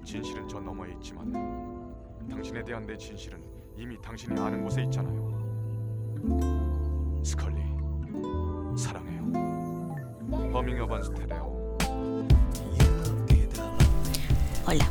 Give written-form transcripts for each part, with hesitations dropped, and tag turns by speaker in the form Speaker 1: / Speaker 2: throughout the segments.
Speaker 1: 진실은 저 너머에 있지만 당신에 대한 내 진실은 이미 당신이 아는 곳에 있잖아요. 스컬리, 사랑해요. 버밍어반 스테레오.
Speaker 2: Hola.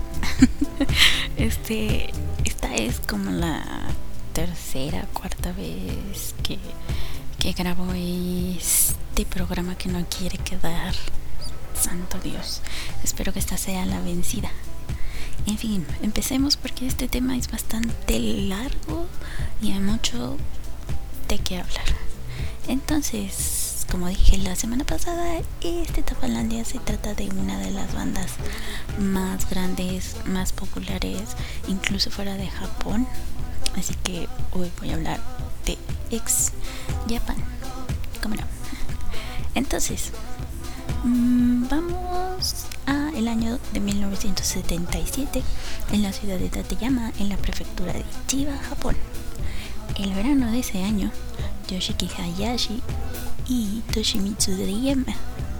Speaker 2: Esta es como la tercera, cuarta vez que grabo este programa que no quiere quedar. Santo Dios. Espero que esta sea la vencida. En fin, empecemos porque este tema es bastante largo y hay mucho de qué hablar. Entonces, como dije la semana pasada, Tapalandia se trata de una de las bandas más grandes, más populares, incluso fuera de Japón. Así que hoy voy a hablar de X Japan. ¿Cómo no? Entonces, vamos a el año de 1977 en la ciudad de Tateyama, en la prefectura de Chiba, Japón. El verano de ese año, Yoshiki Hayashi y Toshimitsu Deyama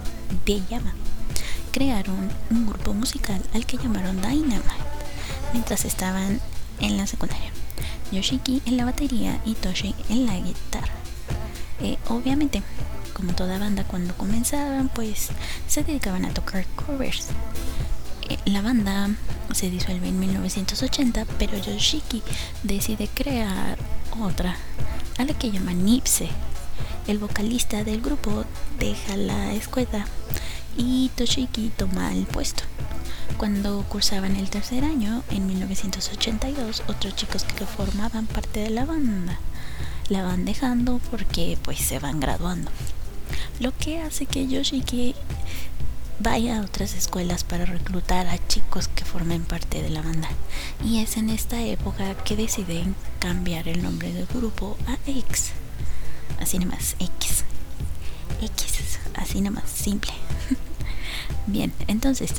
Speaker 2: crearon un grupo musical al que llamaron Dynamite mientras estaban en la secundaria. Yoshiki en la batería y Toshi en la guitarra. Obviamente, como toda banda cuando comenzaban, pues se dedicaban a tocar covers. La banda se disuelve en 1980, pero Yoshiki decide crear otra, a la que llaman Nipse. El vocalista del grupo deja la escuela y Toshiki toma el puesto. Cuando cursaban el tercer año, en 1982, otros chicos que formaban parte de la banda la van dejando porque pues se van graduando, lo que hace que Yoshiki vaya a otras escuelas para reclutar a chicos que formen parte de la banda. Y es en esta época que deciden cambiar el nombre del grupo a X. Así nomás, X, así nomás, simple. Bien, entonces,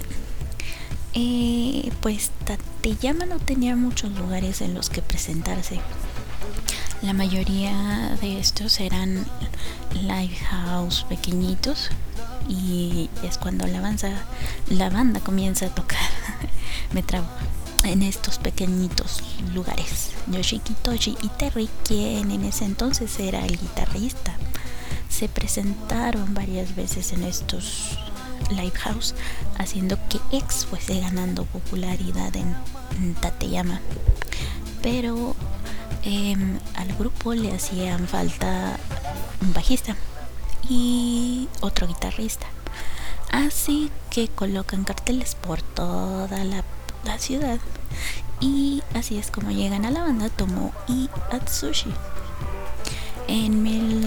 Speaker 2: pues Tateyama no tenía muchos lugares en los que presentarse. La mayoría de estos eran live house pequeñitos y es cuando la banda comienza a tocar. Me trabo. En estos pequeñitos lugares, Yoshiki, Toshi y Terry, quien en ese entonces era el guitarrista, se presentaron varias veces en estos live house, haciendo que X fuese ganando popularidad en Tateyama. Pero al grupo le hacían falta un bajista y otro guitarrista, así que colocan carteles por toda la ciudad, y así es como llegan a la banda Tomo y Atsushi. En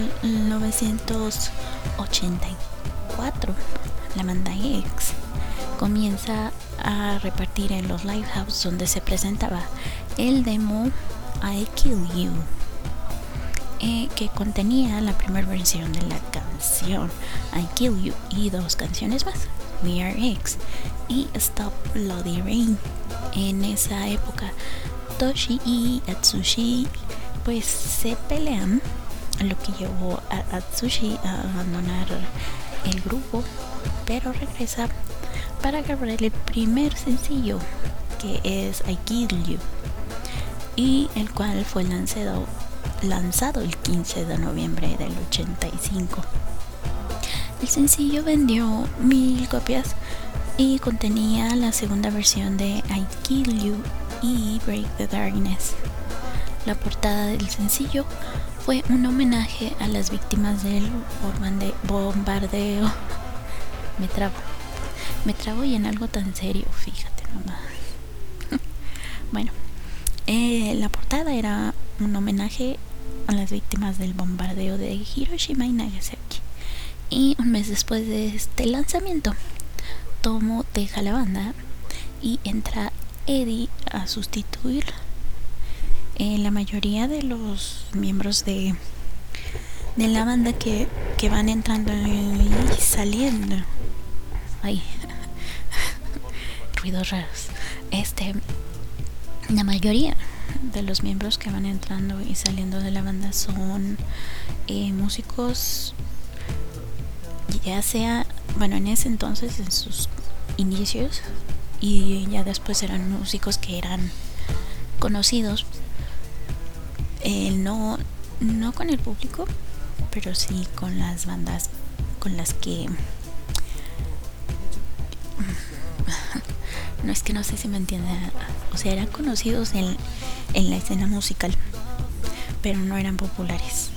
Speaker 2: 1984 la banda X comienza a repartir en los live house donde se presentaba el demo I Kill You, que contenía la primera versión de la canción I Kill You y dos canciones más, We Are X y Stop Bloody Rain. En esa época Toshi y Atsushi pues se pelean, lo que llevó a Atsushi a abandonar el grupo, pero regresa para grabar el primer sencillo, que es I Kill You, y el cual fue lanzado el 15 de noviembre del 85. El sencillo vendió 1000 copias y contenía la segunda versión de I Kill You y Break the Darkness. La portada del sencillo fue un homenaje a las víctimas del bombardeo. Me trabo y en algo tan serio, fíjate nomás. Bueno, la portada era un homenaje a las víctimas del bombardeo de Hiroshima y Nagasaki. Y un mes después de este lanzamiento, Tomo deja la banda y entra Eddie a sustituirlo. La mayoría de los miembros de la banda que van entrando y saliendo, ay, ruidos raros, la mayoría de los miembros que van entrando y saliendo de la banda son músicos, ya sea, bueno, en ese entonces, en sus inicios, y ya después eran músicos que eran conocidos, no con el público, pero sí con las bandas con las que no, es que no sé si me entienden, o sea, eran conocidos en la escena musical, pero no eran populares,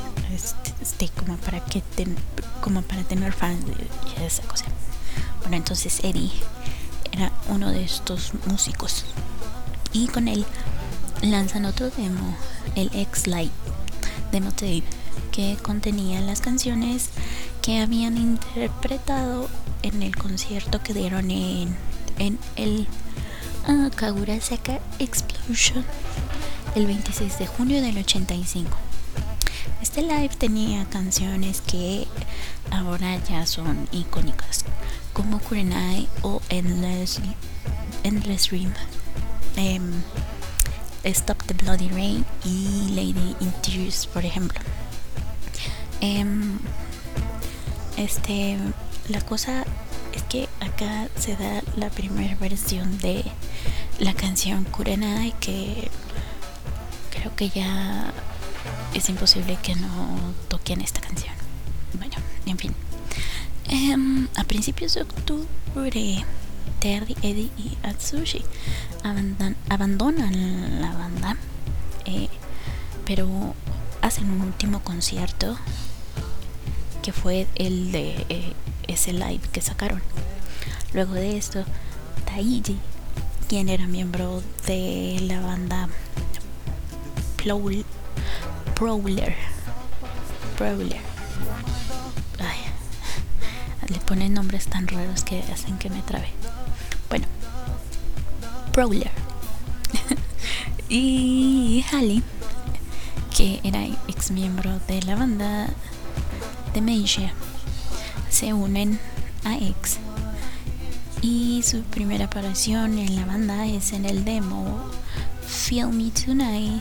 Speaker 2: como para tener fans y esa cosa. Bueno, entonces Eddie era uno de estos músicos y con él lanzan otro demo, el X-Lite demo tape, que contenía las canciones que habían interpretado en el concierto que dieron en el Kagurasaka Explosion el 26 de junio del 85. Este live tenía canciones que ahora ya son icónicas, como Kurenai o Endless Dream, Stop the Bloody Rain y Lady in Tears, por ejemplo. La cosa es que acá se da la primera versión de la canción Kurenai, que creo que ya es imposible que no toquen esta canción. Bueno, en fin. A principios de octubre, Terry, Eddie y Atsushi abandonan la banda, pero hacen un último concierto que fue el de ese live que sacaron. Luego de esto, Taiji, quien era miembro de la banda Prowler, ay, le ponen nombres tan raros que hacen que me trabe. Bueno, Prowler y Halley, que era ex miembro de la banda Dementia, se unen a X, y su primera aparición en la banda es en el demo Feel Me Tonight,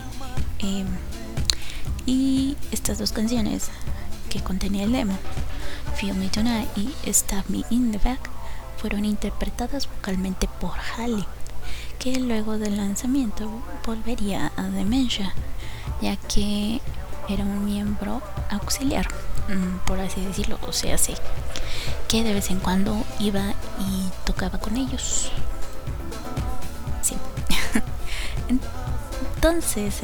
Speaker 2: y estas dos canciones que contenía el demo, Feel Me Tonight y Stab Me in the Back, fueron interpretadas vocalmente por Halley, que luego del lanzamiento volvería a Dementia, ya que era un miembro auxiliar, por así decirlo, o sea, sí, que de vez en cuando iba y tocaba con ellos. Sí. Entonces,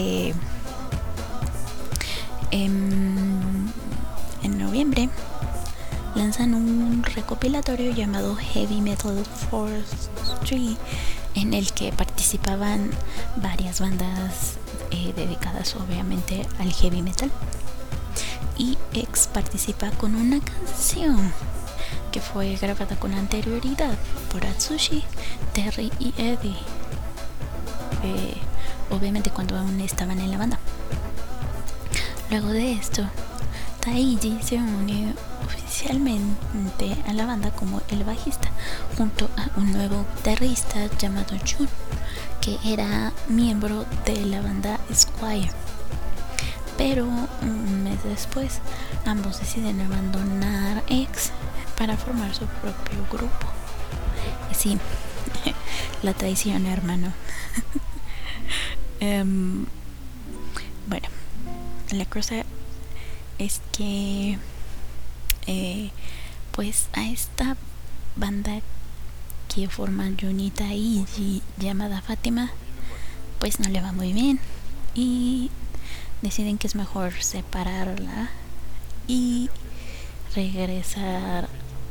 Speaker 2: en noviembre lanzan un recopilatorio llamado Heavy Metal Force 3, en el que participaban varias bandas dedicadas obviamente al heavy metal, y X participa con una canción que fue grabada con anterioridad por Atsushi, Terry y Eddie, obviamente cuando aún estaban en la banda. Luego de esto, Taiji se unió oficialmente a la banda como el bajista, junto a un nuevo guitarrista llamado Jun, que era miembro de la banda Squire. Pero un mes después, ambos deciden abandonar X para formar su propio grupo. Sí, la traición, hermano. Bueno, la cosa es que pues a esta banda que forman Junita y llamada Fátima, pues no le va muy bien, y deciden que es mejor separarla y regresar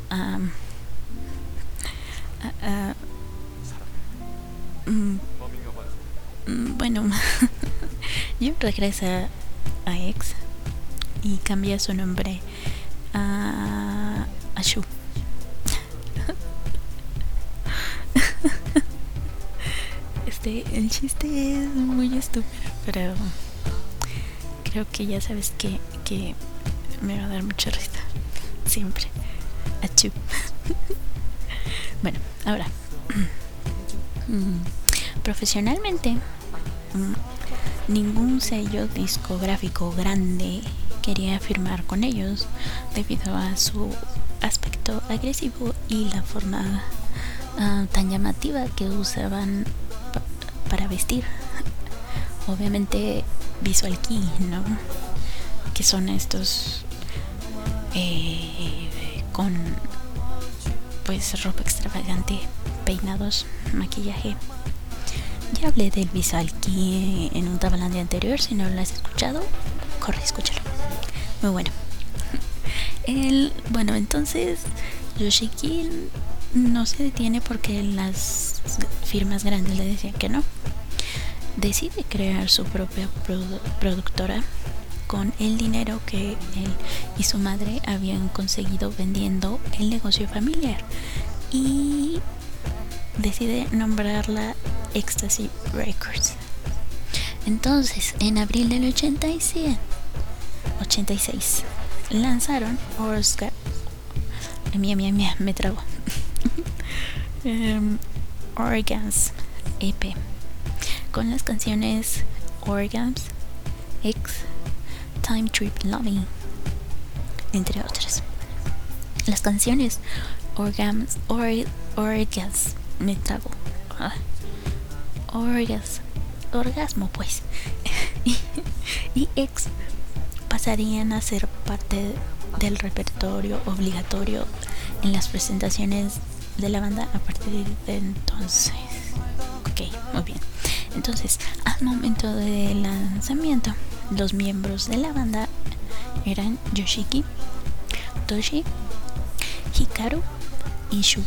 Speaker 2: bueno, Jun regresa a X y cambia su nombre a Shu. El chiste es muy estúpido, pero creo que ya sabes que me va a dar mucha risa siempre. Achú. Bueno, ahora profesionalmente, ningún sello discográfico grande quería firmar con ellos debido a su aspecto agresivo y la forma tan llamativa que usaban para vestir. Obviamente Visual Kei, ¿no? Que son estos con pues ropa extravagante, peinados, maquillaje. Ya hablé del Visual Kei en un tabalande anterior. Si no lo has escuchado, corre, escúchalo. Muy bueno. Bueno, entonces Yoshiki no se detiene porque las firmas grandes le decían que no. Decide crear su propia productora con el dinero que él y su madre habían conseguido vendiendo el negocio familiar, y decide nombrarla Ecstasy Records. Entonces, en abril del 86 lanzaron me trago Orgasm EP con las canciones Orgasms, X, Time Trip Loving, entre otras. Las canciones me trago orgasmo pues y X pasarían a ser parte del repertorio obligatorio en las presentaciones de la banda a partir de entonces. Ok, muy bien. Entonces, al momento del lanzamiento, los miembros de la banda eran Yoshiki, Toshi, Hikaru y Shu.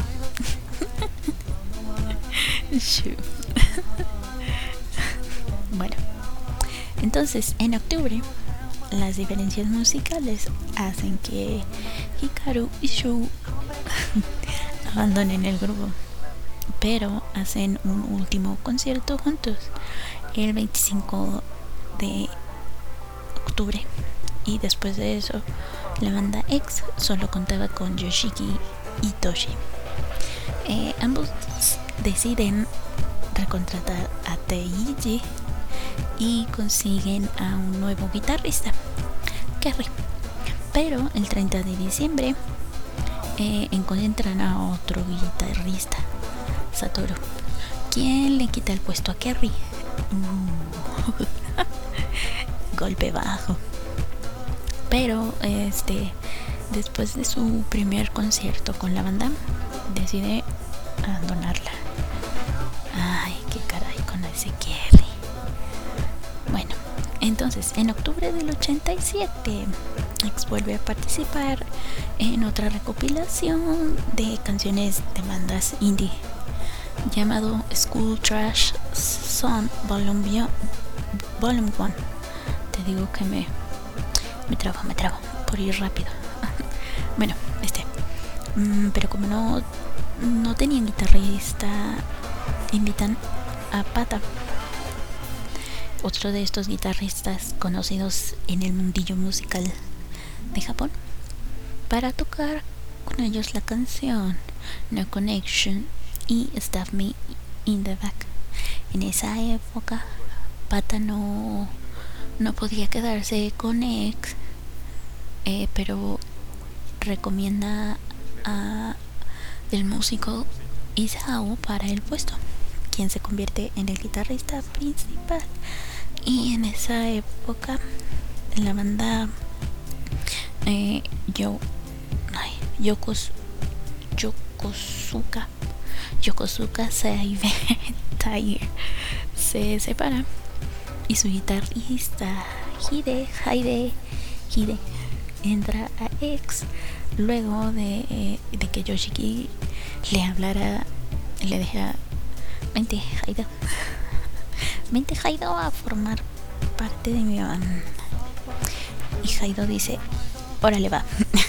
Speaker 2: Bueno, entonces en octubre las diferencias musicales hacen que Hikaru y Shu abandonen el grupo, pero hacen un último concierto juntos el 25 de octubre, y después de eso la banda X solo contaba con Yoshiki y Toshi. Ambos deciden recontratar a Teiji y consiguen a un nuevo guitarrista, Kerry. Pero el 30 de diciembre encuentran a otro guitarrista, Satoru, quien le quita el puesto a Kerry. Golpe bajo. Pero después de su primer concierto con la banda, decide abandonarla. Ay, qué caray con ese Kerry. Bueno, entonces en octubre del 87 X vuelve a participar en otra recopilación de canciones de bandas indie llamado School Trash Son Volume 1. Te digo que me trabo por ir rápido. Bueno, pero como no tenían guitarrista, invitan a Pata, otro de estos guitarristas conocidos en el mundillo musical de Japón, para tocar con ellos la canción No Connection y Stab Me in the Back. En esa época Pata no podía quedarse con X, pero recomienda a el músico Isao para el puesto, quien se convierte en el guitarrista principal. Y en esa época la banda Yokosuka Tiger se separa y su guitarrista Hide entra a X luego de que Yoshiki le hablara, le deja vente Haido a formar parte de mi banda. Y Haido dice, órale va.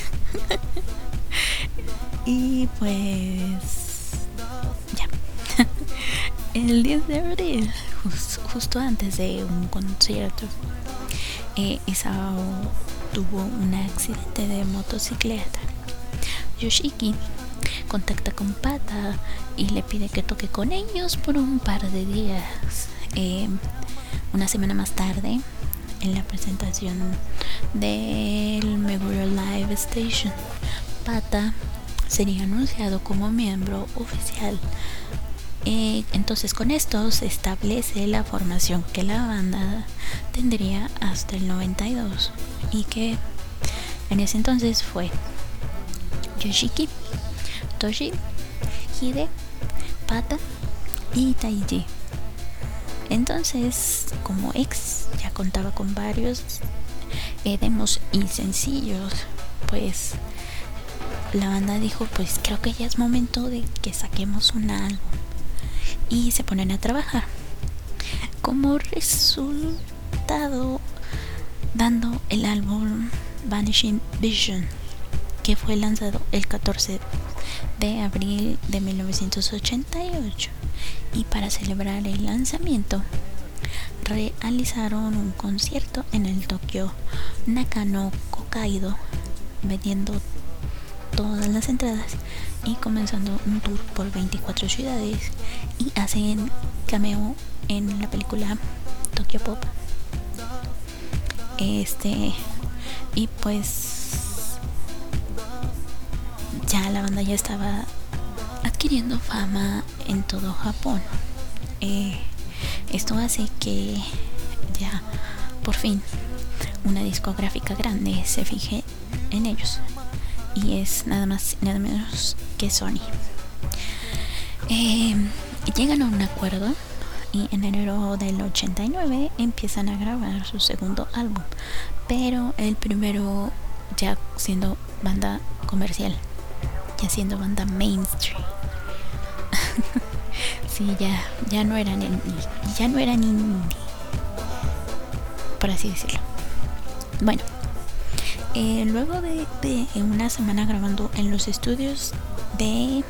Speaker 2: Y pues ya. El 10 de abril, justo antes de un concierto, Isao tuvo un accidente de motocicleta. Yoshiki contacta con Pata y le pide que toque con ellos por un par de días. Una semana más tarde, en la presentación del Meguro Live Station, Pata sería anunciado como miembro oficial. Entonces con esto se establece la formación que la banda tendría hasta el 92 y que en ese entonces fue Yoshiki, Toshi, Hide, Pata y Taiji. Entonces, como X ya contaba con varios demos y sencillos, pues la banda dijo, pues creo que ya es momento de que saquemos un álbum, y se ponen a trabajar. Como resultado, dando el álbum Vanishing Vision, que fue lanzado el 14 de abril de 1988, y para celebrar el lanzamiento realizaron un concierto en el Tokyo Nakano Kokkaido, vendiendo todas las entradas y comenzando un tour por 24 ciudades, y hacen cameo en la película Tokyo Pop. Y pues ya la banda ya estaba adquiriendo fama en todo Japón. Esto hace que ya por fin una discográfica grande se fije en ellos, y es nada más y nada menos que Sony. Llegan a un acuerdo y en enero del 89 empiezan a grabar su segundo álbum, pero el primero ya siendo banda comercial, ya siendo banda mainstream. Sí, ya no eran indie, por así decirlo. Bueno, luego de una semana grabando en los estudios de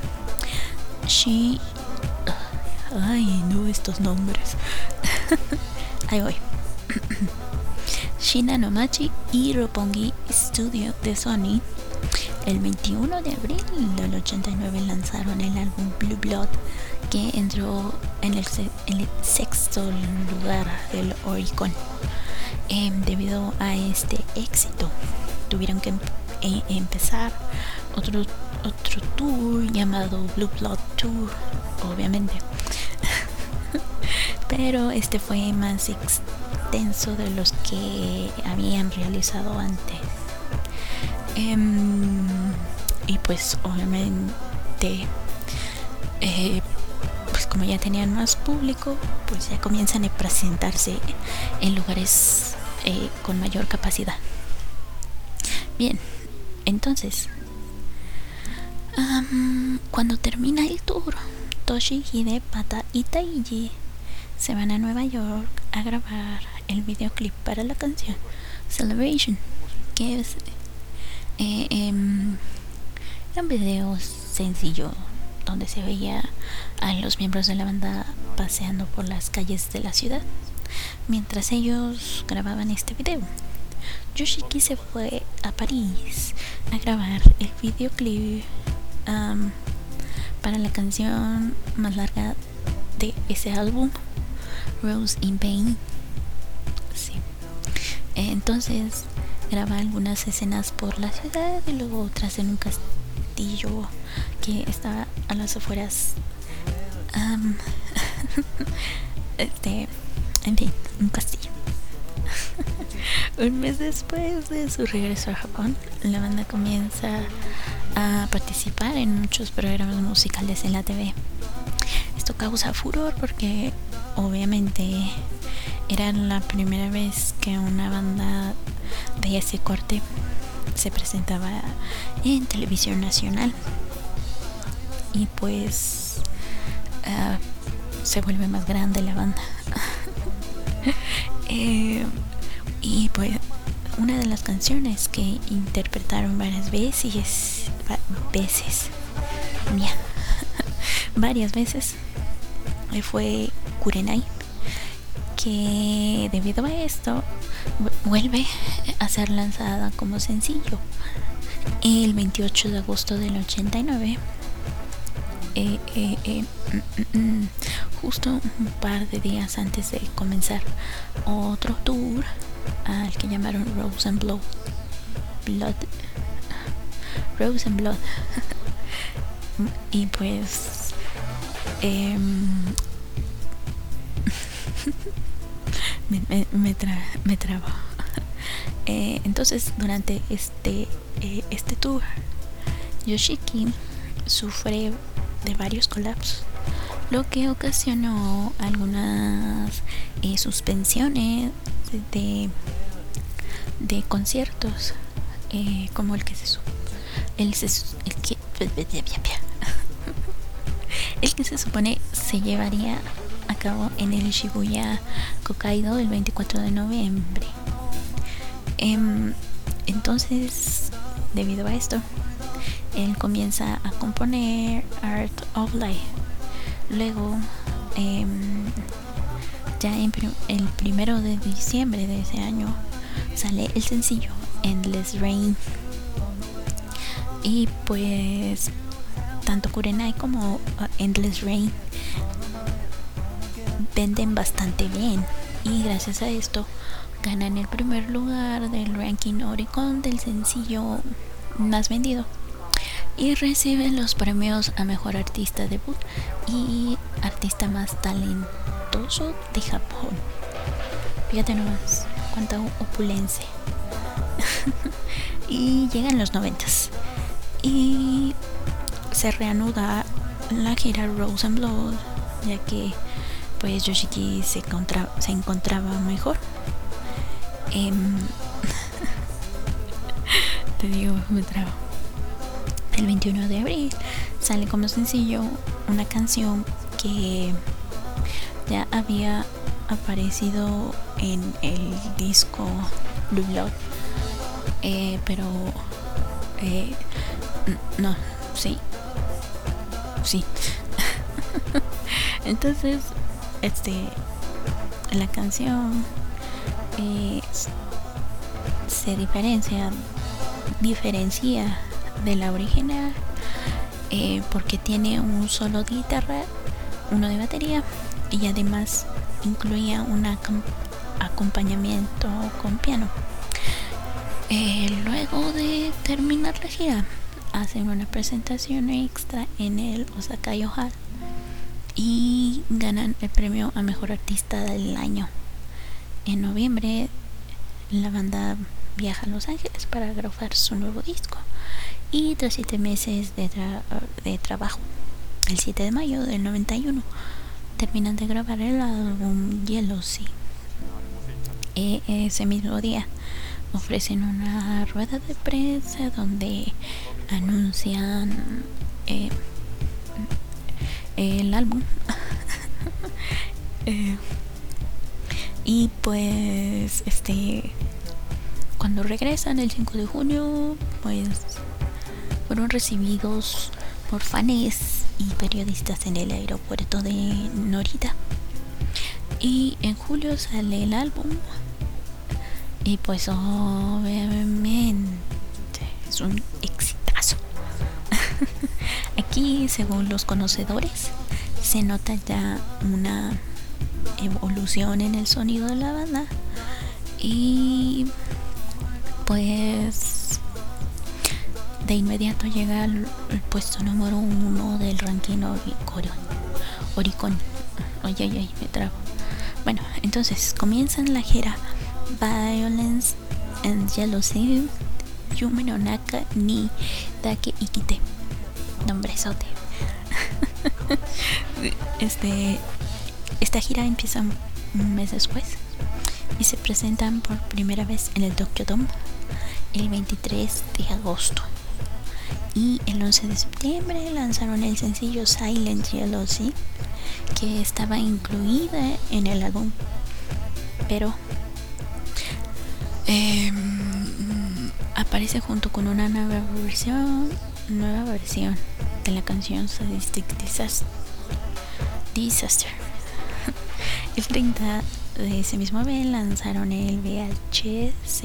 Speaker 2: estos nombres. Ahí voy. Shinanomachi y Roppongi Studio de Sony, el 21 de abril del 89 lanzaron el álbum Blue Blood, que entró en el sexto lugar del Oricon. Debido a este éxito, tuvieron que empezar otro tour llamado Blue Blood Tour, obviamente. Pero este fue más extenso de los que habían realizado antes. Y pues obviamente pues como ya tenían más público, pues ya comienzan a presentarse en lugares con mayor capacidad. Bien, entonces cuando termina el tour, Toshi, Hide, Pata y Taiji se van a Nueva York a grabar el videoclip para la canción Celebration, que es un video sencillo donde se veía a los miembros de la banda paseando por las calles de la ciudad mientras ellos grababan este video. Yoshiki se fue a París a grabar el videoclip para la canción más larga de ese álbum, Rose in Pain. Sí. Entonces graba algunas escenas por la ciudad y luego otras en un castillo que está a las afueras. En fin, un castillo. Un mes después de su regreso a Japón, la banda comienza a participar en muchos programas musicales en la TV. Esto causa furor porque obviamente era la primera vez que una banda de ese corte se presentaba en televisión nacional, y pues se vuelve más grande la banda. Y pues una de las canciones que interpretaron varias veces fue Kurenai, que debido a esto vuelve a ser lanzada como sencillo el 28 de agosto del 89, justo un par de días antes de comenzar otro tour al que llamaron Rose and Blood. Y pues me trabo. Entonces durante este tour, Yoshiki sufre de varios colapsos, lo que ocasionó algunas suspensiones de conciertos, como el que se supone se llevaría a cabo en el Shibuya Hokkaido el 24 de noviembre. Entonces, debido a esto, él comienza a componer Art of Life. Luego, ya el 1 de diciembre de ese año, sale el sencillo Endless Rain. Y pues tanto Kurenai como Endless Rain venden bastante bien, y gracias a esto ganan el primer lugar del ranking Oricon del sencillo más vendido, y reciben los premios a mejor artista debut y artista más talentoso de Japón. Fíjate nomás cuánta opulencia. Y llegan los 90s y se reanuda la gira Rose and Blood, ya que pues Yoshiki se encontraba mejor. Te digo, me trabo. El 21 de abril sale como sencillo una canción que ya había aparecido en el disco Blue Blood, pero no, sí. Entonces, la canción se diferencia de la original, porque tiene un solo de guitarra, uno de batería, y además incluía un acompañamiento con piano. Luego de terminar la gira, hacen una presentación extra en el Osaka Hall y ganan el premio a mejor artista del año. En noviembre, la banda viaja a Los Ángeles para grabar su nuevo disco, y tras 7 meses de trabajo, el 7 de mayo del 91 terminan de grabar el álbum Jealousy. Ese mismo día ofrecen una rueda de prensa donde anuncian el álbum. Y pues cuando regresan el 5 de junio, pues fueron recibidos por fans y periodistas en el aeropuerto de Narita. Y en julio sale el álbum, y pues obviamente es un exitazo. Aquí, según los conocedores, se nota ya una evolución en el sonido de la banda, y pues de inmediato llega al puesto número 1 del ranking Oricon. Oye, me trabo. Bueno, entonces comienzan la gira Violence and Jealousy, Yume no Naka ni Dake Ikite. Nombrezote. Esta gira empieza un mes después y se presentan por primera vez en el Tokyo Dome el 23 de agosto. Y el 11 de septiembre lanzaron el sencillo Silent Jealousy, que estaba incluida en el álbum, pero aparece junto con una nueva versión de la canción Sadistic Disaster. El 30 de ese mismo mes lanzaron el VHS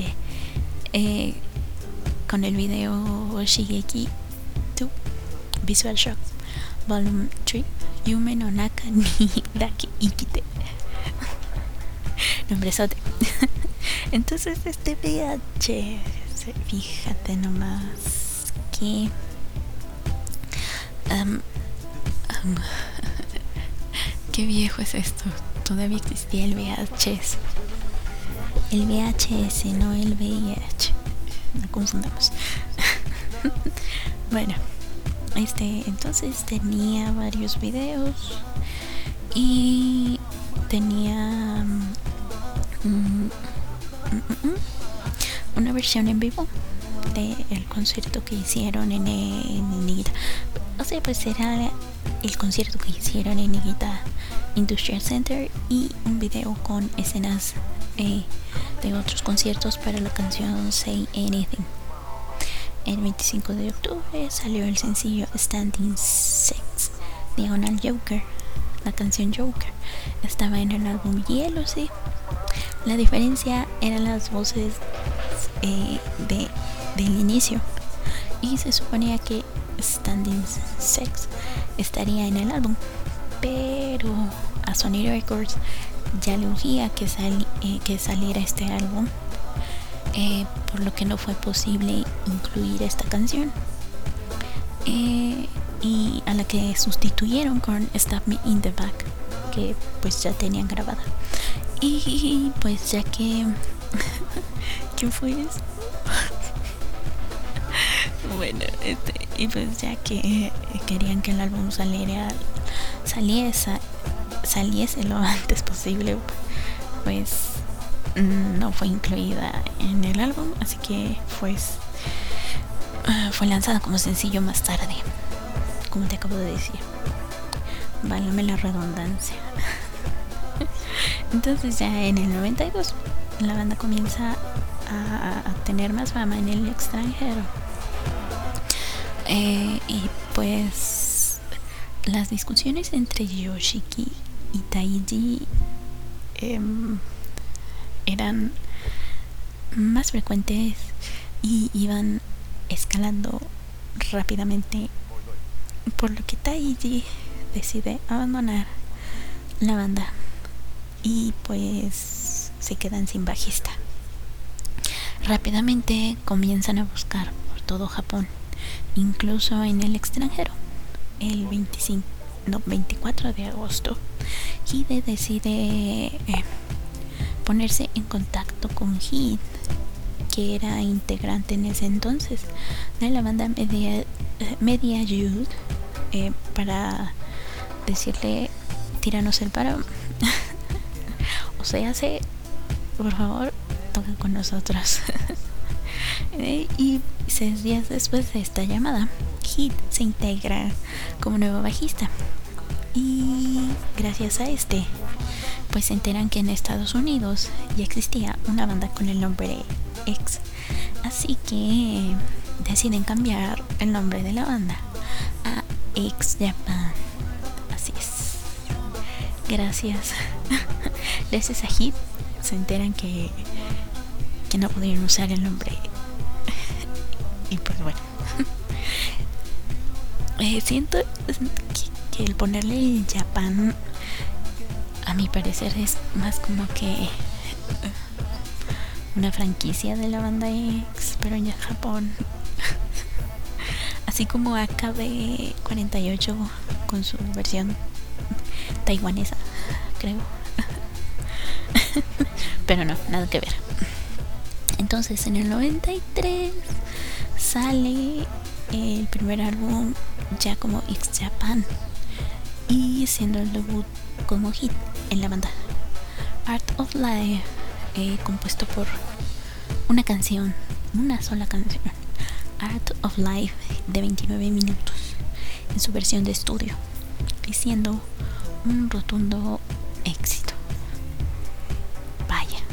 Speaker 2: con el video Shigeki 2 Visual Shock Volume 3 Yume no Naka ni Dake Ikite. Nombrezote. Entonces este VHS, fíjate nomás que Am, am, qué viejo es esto. Todavía existía el VHS. El VHS, no el VIH. No confundamos. Bueno, entonces tenía varios videos y tenía una versión en vivo del concierto que hicieron en Niigata. O sea, pues era el concierto que hicieron en Niigata Industrial Center y un video con escenas de otros conciertos para la canción Say Anything. El 25 de octubre salió el sencillo Standing 6 diagonal Joker. La canción Joker estaba en el álbum Hielo, sí. La diferencia eran las voces del inicio, y se suponía que Standing 6 estaría en el álbum, pero a Sony Records ya le urgía que saliera este álbum, por lo que no fue posible incluir esta canción, y a la que sustituyeron con Stab Me in the Back, que pues ya tenían grabada. Y pues ya que ¿quién fue eso? Bueno, y pues ya que querían que el álbum saliese lo antes posible, pues no fue incluida en el álbum, así que pues fue lanzada como sencillo más tarde, como te acabo de decir. Válgame la redundancia. Entonces ya en el 92 la banda comienza a tener más fama en el extranjero, y pues las discusiones entre Yoshiki y Taiji eran más frecuentes y iban escalando rápidamente, por lo que Taiji decide abandonar la banda y pues se quedan sin bajista. Rápidamente comienzan a buscar por todo Japón, incluso en el extranjero. El 24 de agosto, Hide decide ponerse en contacto con Hit, que era integrante en ese entonces de la banda Media Youth, para decirle: tíranos el paro. O sea, por favor, toca con nosotros. Y 6 días después de esta llamada, Hit se integra como nuevo bajista, y gracias a pues se enteran que en Estados Unidos ya existía una banda con el nombre X, así que deciden cambiar el nombre de la banda a X Japan. Así es, gracias a Hit se enteran que no pudieron usar el nombre, y pues bueno, siento que el ponerle el Japan, a mi parecer, es más como que una franquicia de la banda X, pero en Japón. Así como AKB48 con su versión taiwanesa, creo. Pero no, nada que ver. Entonces en el 93 sale el primer álbum ya como X Japan, y siendo el debut como Hit en la banda. Art of Life, compuesto por una sola canción, Art of Life, de 29 minutos en su versión de estudio, y siendo un rotundo éxito. Vaya.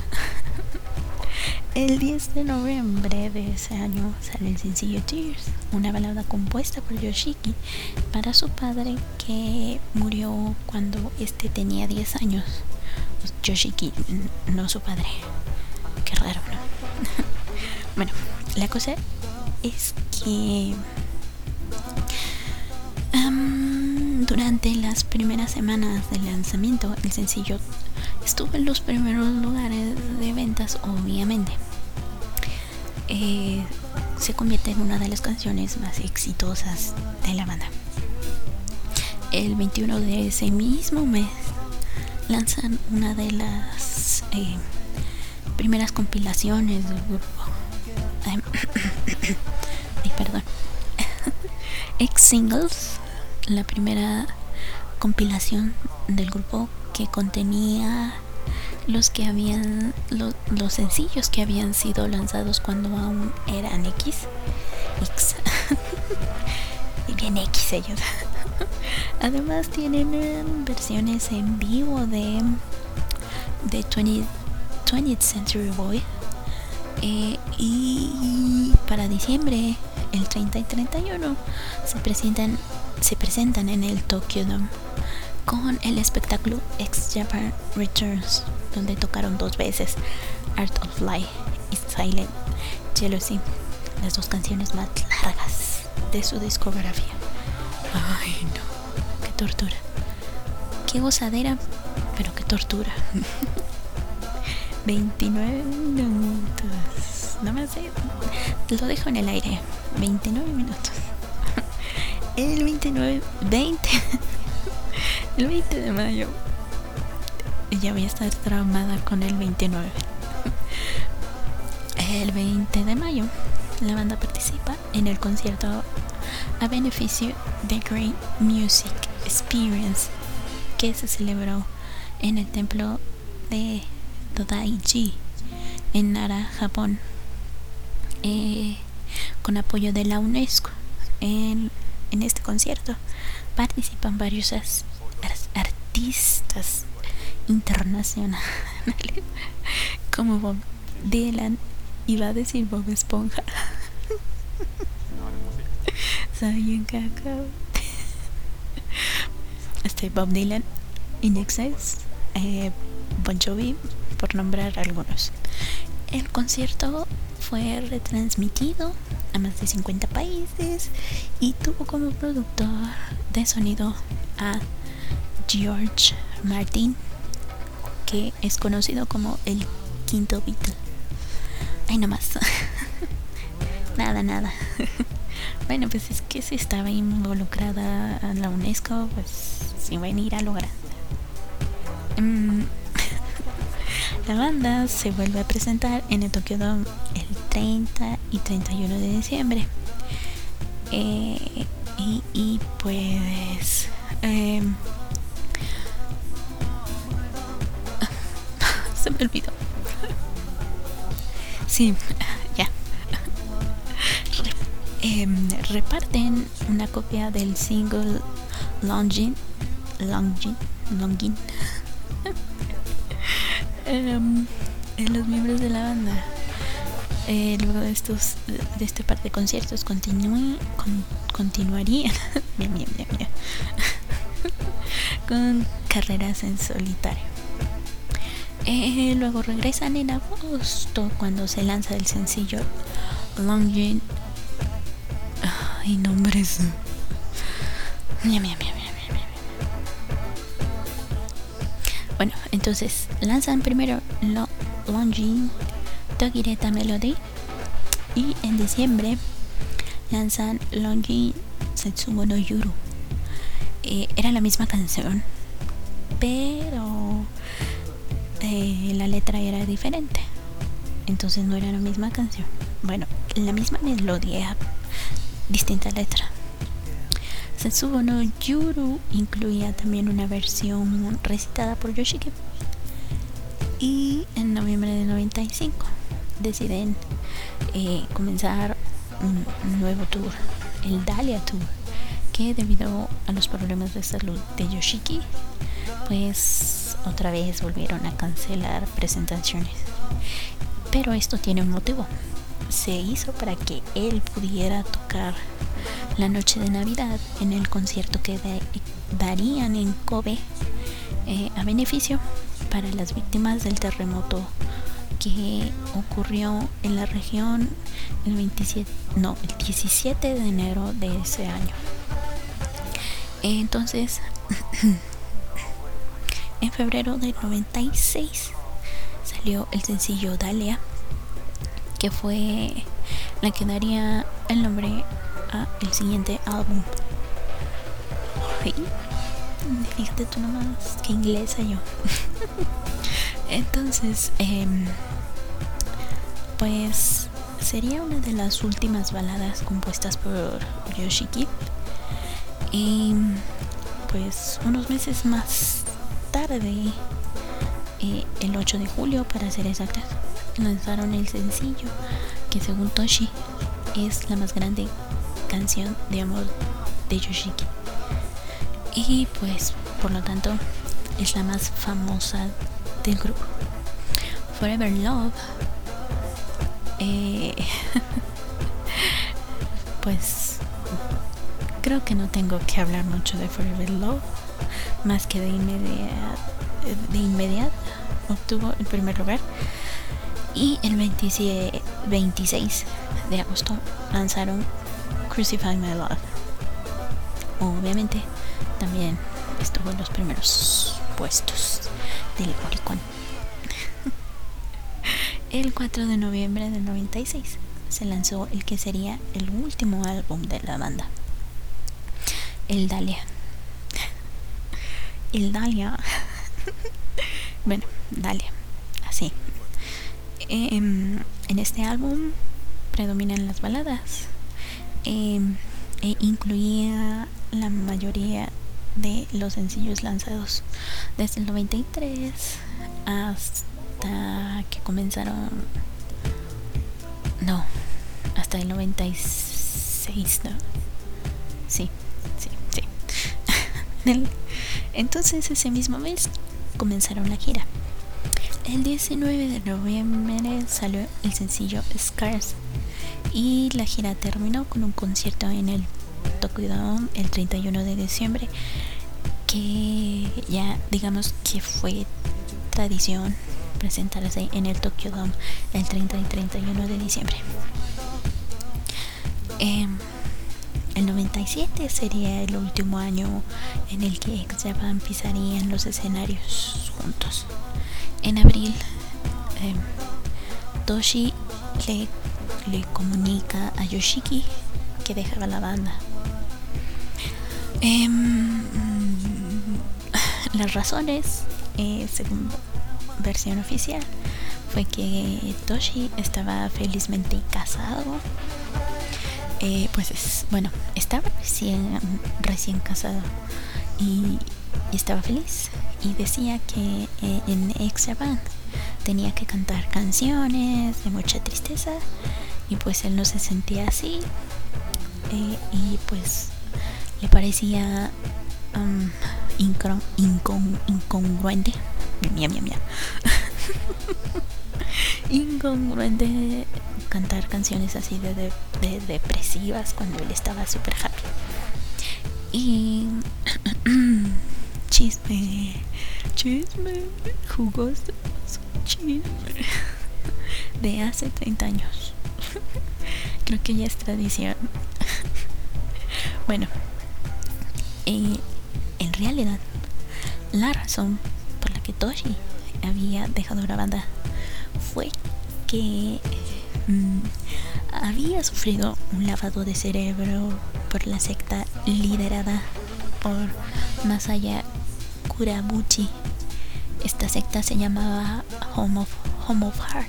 Speaker 2: El 10 de noviembre de ese año sale el sencillo Tears, una balada compuesta por Yoshiki para su padre, que murió cuando tenía 10 años. Yoshiki, no su padre. Qué raro, ¿no? Bueno, la cosa es que durante las primeras semanas del lanzamiento, el sencillo estuvo en los primeros lugares de ventas, obviamente. Se convierte en una de las canciones más exitosas de la banda. el 21 de ese mismo mes lanzan una de las primeras compilaciones del grupo. Perdón. X Singles, la primera compilación del grupo que contenía los sencillos que habían sido lanzados cuando aún eran X. Y bien X ellos. Además tienen versiones en vivo de 20th Century Boy. Y para diciembre, el 30 y 31, se presentan en el Tokyo Dome con el espectáculo X Japan Returns, donde tocaron 2 veces Art of Life y Silent Jealousy, las 2 canciones más largas de su discografía. Ay, no, qué tortura, qué gozadera, pero qué tortura. 29 minutos, no me sé, lo dejo en el aire. 29 minutos. El 20 de mayo. Ya voy a estar traumada con el 29. El 20 de mayo la banda participa en el concierto a beneficio de Great Music Experience, que se celebró en el templo de Todaiji en Nara, Japón, con apoyo de la UNESCO. En este concierto participan varios artistas internacionales como Bob Dylan, iba a decir Bob Esponja. Soy un cacao. Bob Dylan, INXS, Bon Jovi, por nombrar algunos. El concierto fue retransmitido a más de 50 países y tuvo como productor de sonido a George Martin, que es conocido como el quinto Beatle. Ay, no más. nada. Bueno, pues es que si estaba involucrada a la UNESCO, pues sí van a ir a lo grande. La banda se vuelve a presentar en el Tokyo Dome el 30 y 31 de diciembre. Y pues se me olvidó. Sí, ya. Reparten una copia del single Longing los miembros de la banda. Luego de este par de conciertos continuarían bien, con carreras en solitario. Luego regresan en agosto, cuando se lanza el sencillo Longing. Ay, nombres. Bueno, entonces lanzan primero Longing Togireta Melody, y en diciembre lanzan Longing Setsubo no Yuru. Era la misma canción, pero la letra era diferente, entonces no era la misma canción. Bueno, la misma melodía, distinta letra. Setsubo no Yuru incluía también una versión recitada por Yoshiki. Y en noviembre de 95 deciden comenzar un nuevo tour, el Dahlia Tour, que debido a los problemas de salud de Yoshiki, pues otra vez volvieron a cancelar presentaciones. Pero esto tiene un motivo. Se hizo para que él pudiera tocar la noche de Navidad en el concierto que darían en Kobe, a beneficio para las víctimas del terremoto que ocurrió en la región el 17 de enero de ese año. Entonces, en febrero del 96 salió el sencillo Dahlia, que fue la que daría el nombre a el siguiente álbum. Sí, Fíjate tú nomás, qué inglesa yo. Entonces, pues sería una de las últimas baladas compuestas por Yoshiki. Y pues unos meses más tarde, el 8 de julio para ser exactas, lanzaron el sencillo que según Toshi es la más grande canción de amor de Yoshiki. Y pues por lo tanto es la más famosa del grupo. Forever Love pues creo que no tengo que hablar mucho de Forever Love, más que de inmediato obtuvo el primer lugar. Y el 26 de agosto lanzaron Crucify My Love. Obviamente también estuvo en los primeros puestos del Oricon. El 4 de noviembre del 96 se lanzó el que sería el último álbum de la banda, el Dahlia. El Dahlia. Bueno, Dahlia, así. En este álbum predominan las baladas, e incluía la mayoría de los sencillos lanzados desde el 93 hasta que comenzaron, no, hasta el 96, ¿no? Sí. Entonces ese mismo mes comenzaron la gira. El 19 de noviembre salió el sencillo Scars y la gira terminó con un concierto en el Tokyo Dome el 31 de diciembre, que ya digamos que fue tradición presentarse en el Tokyo Dome el 30 y 31 de diciembre. El 97 sería el último año en el que X-Japan pisarían los escenarios juntos. En abril, Toshi le comunica a Yoshiki que dejaba la banda. Las razones, según versión oficial, fue que Toshi estaba felizmente casado. Estaba recién casado y estaba feliz, y decía que en X-Japan tenía que cantar canciones de mucha tristeza, y pues él no se sentía así, y pues le parecía incongruente incongruente cantar canciones así de depresivas cuando él estaba super happy. Y chisme jugoso, chisme de hace 30 años. Creo que ya es tradición. Bueno, en realidad la razón por la que Toshi había dejado la banda fue que había sufrido un lavado de cerebro por la secta liderada por Masaya Kurabuchi. Esta secta se llamaba Home of Heart.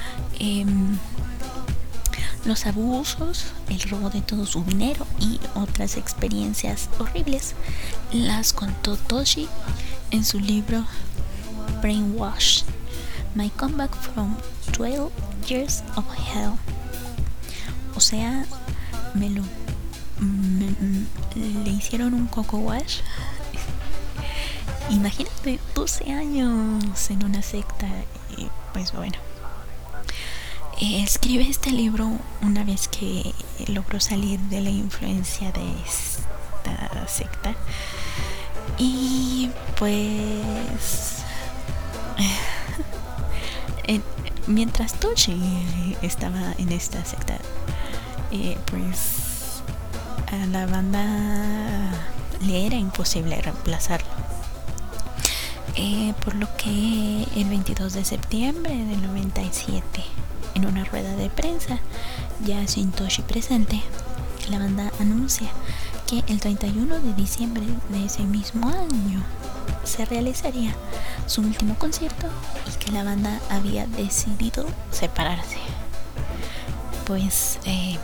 Speaker 2: Los abusos, el robo de todo su dinero y otras experiencias horribles las contó Toshi en su libro Brainwash, My Comeback from 12 Years of Hell. O sea, le hicieron un coco wash. Imagínate 12 años en una secta. Y pues bueno, escribe este libro una vez que logró salir de la influencia de esta secta. Y pues mientras Toshi estaba en esta secta, pues a la banda le era imposible reemplazarlo, por lo que el 22 de septiembre del 97, en una rueda de prensa ya sin Toshi presente, la banda anuncia que el 31 de diciembre de ese mismo año se realizaría su último concierto y que la banda había decidido separarse. Pues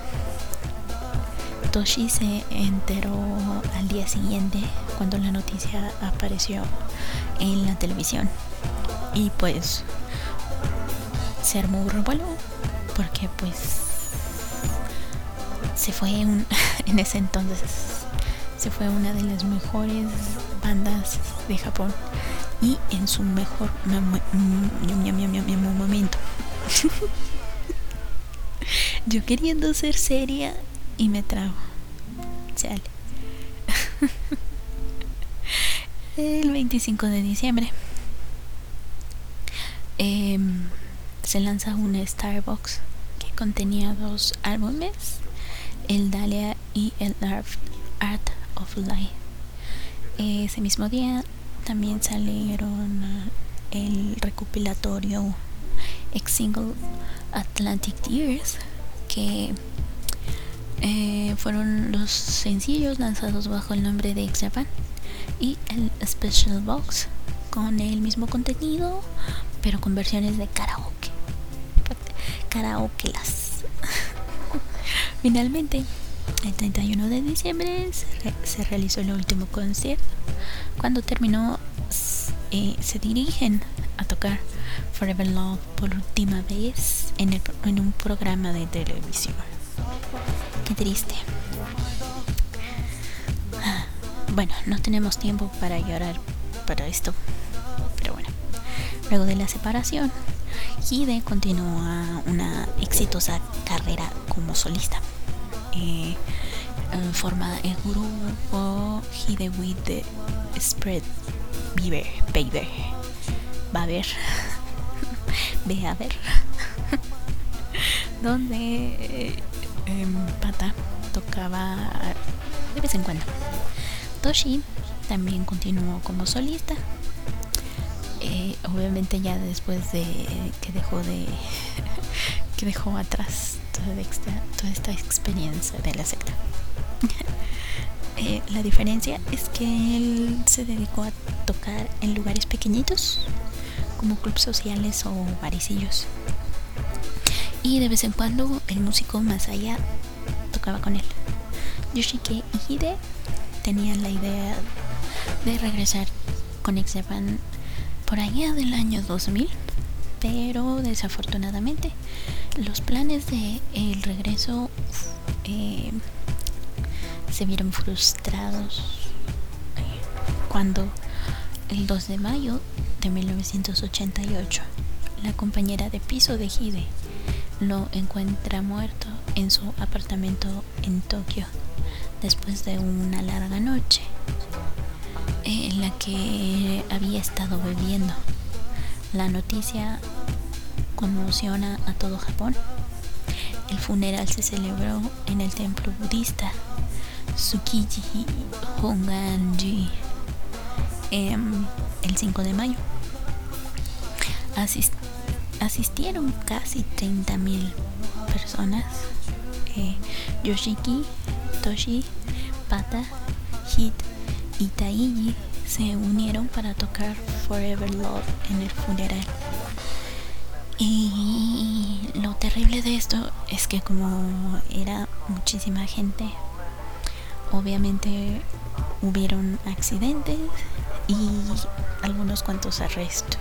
Speaker 2: Toshi se enteró al día siguiente cuando la noticia apareció en la televisión y pues se armó un revuelo porque pues se fue en ese entonces se fue una de las mejores bandas de Japón y en su mejor momento. Yo queriendo ser seria y me trago. Chale. El 25 de diciembre se lanza una Starbox que contenía 2 álbumes, el Dahlia y el Art of Life. Ese mismo día también salieron el recopilatorio ex-single Atlantic Tears, que fueron los sencillos lanzados bajo el nombre de X Japan, y el Special Box con el mismo contenido pero con versiones de karaokelas. Finalmente el 31 de diciembre se realizó el último concierto. Cuando terminó se dirigen a tocar Forever Love por última vez en un programa de televisión. Qué triste. Bueno, no tenemos tiempo para llorar para esto, pero bueno. Luego de la separación, Hide continúa una exitosa carrera como solista. Forma el grupo Hide with the Spread Baby. Va a ver. Ve a ver. Donde Pata tocaba de vez en cuando. Toshi también continuó como solista. Obviamente ya después de que dejó atrás toda esta experiencia de la secta. La diferencia es que él se dedicó a tocar en lugares pequeñitos como clubes sociales o baricillos, y de vez en cuando el músico Masaya tocaba con él. Yoshike y Hide tenían la idea de regresar con X Japan por allá del año 2000, pero desafortunadamente los planes de el regreso se vieron frustrados cuando el 2 de mayo de 1988 la compañera de piso de Hide lo encuentra muerto en su apartamento en Tokio después de una larga noche en la que había estado bebiendo. La noticia conmociona a todo Japón. El funeral se celebró en el templo budista Tsukiji Honganji el 5 de mayo. Asistieron casi 30,000 personas. Yoshiki, Toshi, Pata, Hit y Taiji se unieron para tocar Forever Love en el funeral. Y lo terrible de esto es que como era muchísima gente, obviamente hubieron accidentes y algunos cuantos arrestos.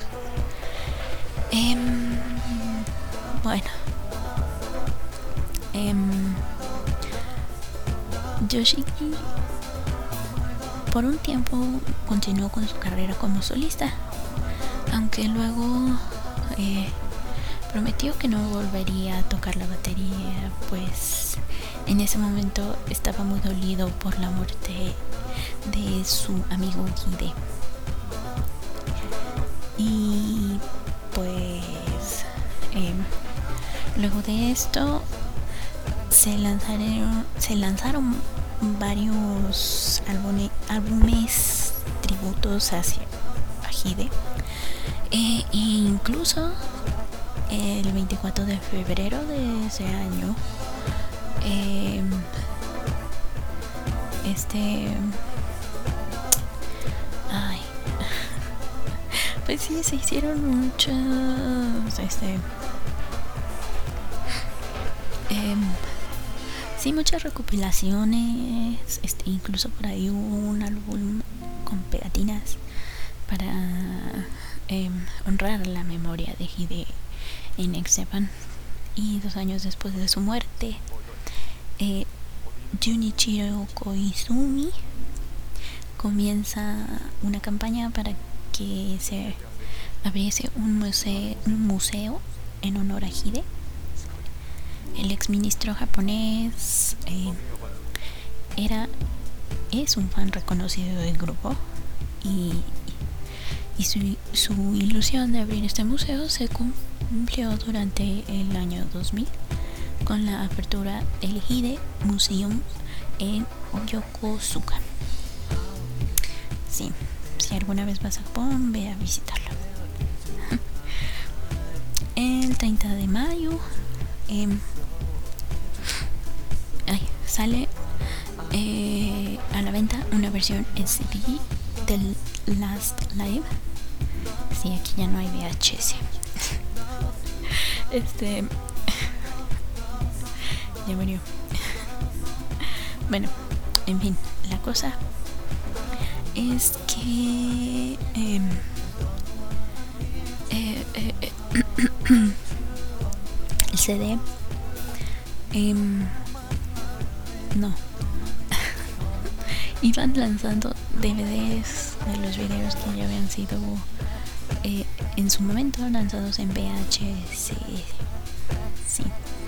Speaker 2: Bueno, Yoshiki por un tiempo continuó con su carrera como solista, aunque luego prometió que no volvería a tocar la batería, pues en ese momento estaba muy dolido por la muerte de su amigo Hide. Y pues luego de esto se lanzaron varios álbumes tributos hacia Hide, e incluso el 24 de febrero de ese año Ay, pues sí, se hicieron muchas sí, muchas recopilaciones, incluso por ahí hubo un álbum con pegatinas para honrar la memoria de Hide en X Japan. Y 2 años después de su muerte, Junichiro Koizumi comienza una campaña para que se abriese un museo en honor a Hide. El exministro japonés es un fan reconocido del grupo y su ilusión de abrir este museo se cumplió durante el año 2000 con la apertura del Hide Museum en Yokosuka. Sí, si alguna vez vas a Japón, ve a visitarlo. El 30 de mayo sale a la venta una versión SD del Last Live. Sí, aquí ya no hay VHS. Ya murió. Bueno, en fin, la cosa es que el CD no iban lanzando DVDs de los videos que ya habían sido en su momento lanzados en VHS. Sí.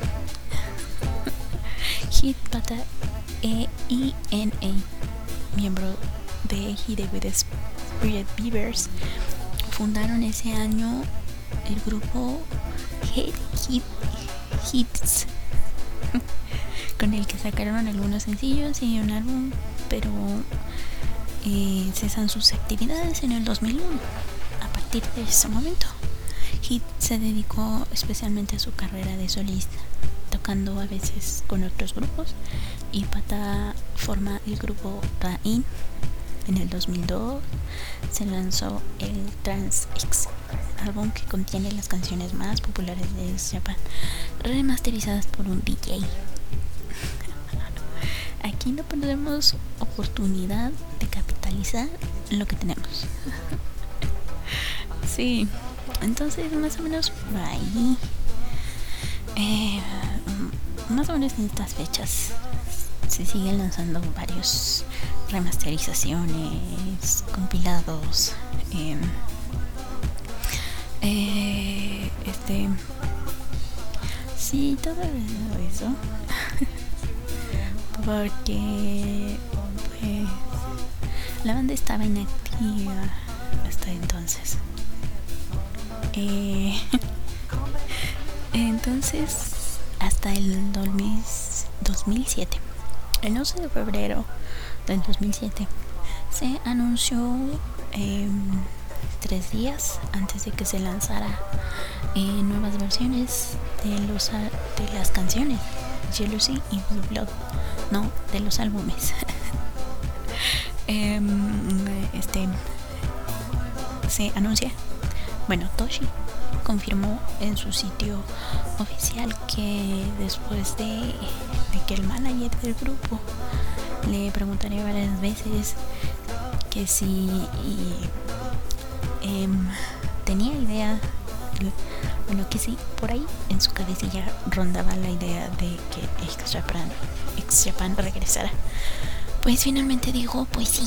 Speaker 2: Hitbata EINA, miembro de Hide with Spirit Beavers, fundaron ese año el grupo Hits, con el que sacaron algunos sencillos y un álbum, pero cesan sus actividades en el 2001. A partir de ese momento, Hit se dedicó especialmente a su carrera de solista, tocando a veces con otros grupos, y Pata forma el grupo Rain. En el 2002 se lanzó el Trans X, álbum que contiene las canciones más populares de X Japan, remasterizadas por un DJ. Aquí no perdemos oportunidad de capitalizar lo que tenemos. Sí, entonces más o menos por ahí, más o menos en estas fechas se siguen lanzando varios remasterizaciones, compilados, sí, todo eso. Porque pues la banda estaba inactiva hasta entonces. Entonces, hasta el 2007, el 11 de febrero del 2007, se anunció 3 días antes de que se lanzara nuevas versiones de las canciones Jealousy y Blue Blood, no, de los álbumes. Se anuncia, bueno, Toshi confirmó en su sitio oficial que después de que el manager del grupo le preguntaría varias veces que si tenía idea, bueno, que sí, por ahí en su cabecilla rondaba la idea de que X Japan regresara, pues finalmente dijo, pues sí.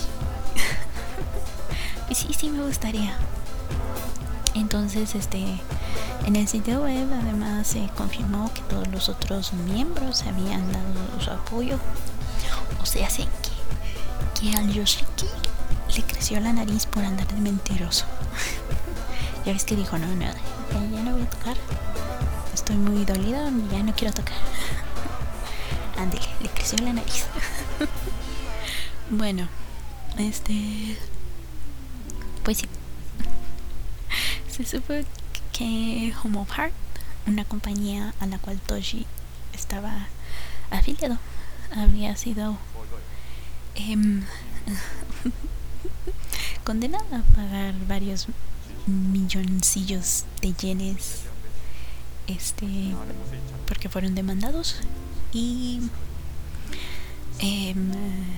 Speaker 2: Pues sí me gustaría. Entonces, en el sitio web además se confirmó que todos los otros miembros habían dado su apoyo. O sea, sé que al Yoshiki le creció la nariz por andar de mentiroso. Ya ves que dijo, no, ya no voy a tocar. Estoy muy dolida, ya no quiero tocar. Ándele, le creció la nariz. Bueno, pues sí. Se supo que Home of Heart, una compañía a la cual Toshi estaba afiliado, había sido em, condenada a pagar varios milloncillos de yenes,
Speaker 1: 아는 곳에 있잖아.
Speaker 2: porque fueron demandados. Y em,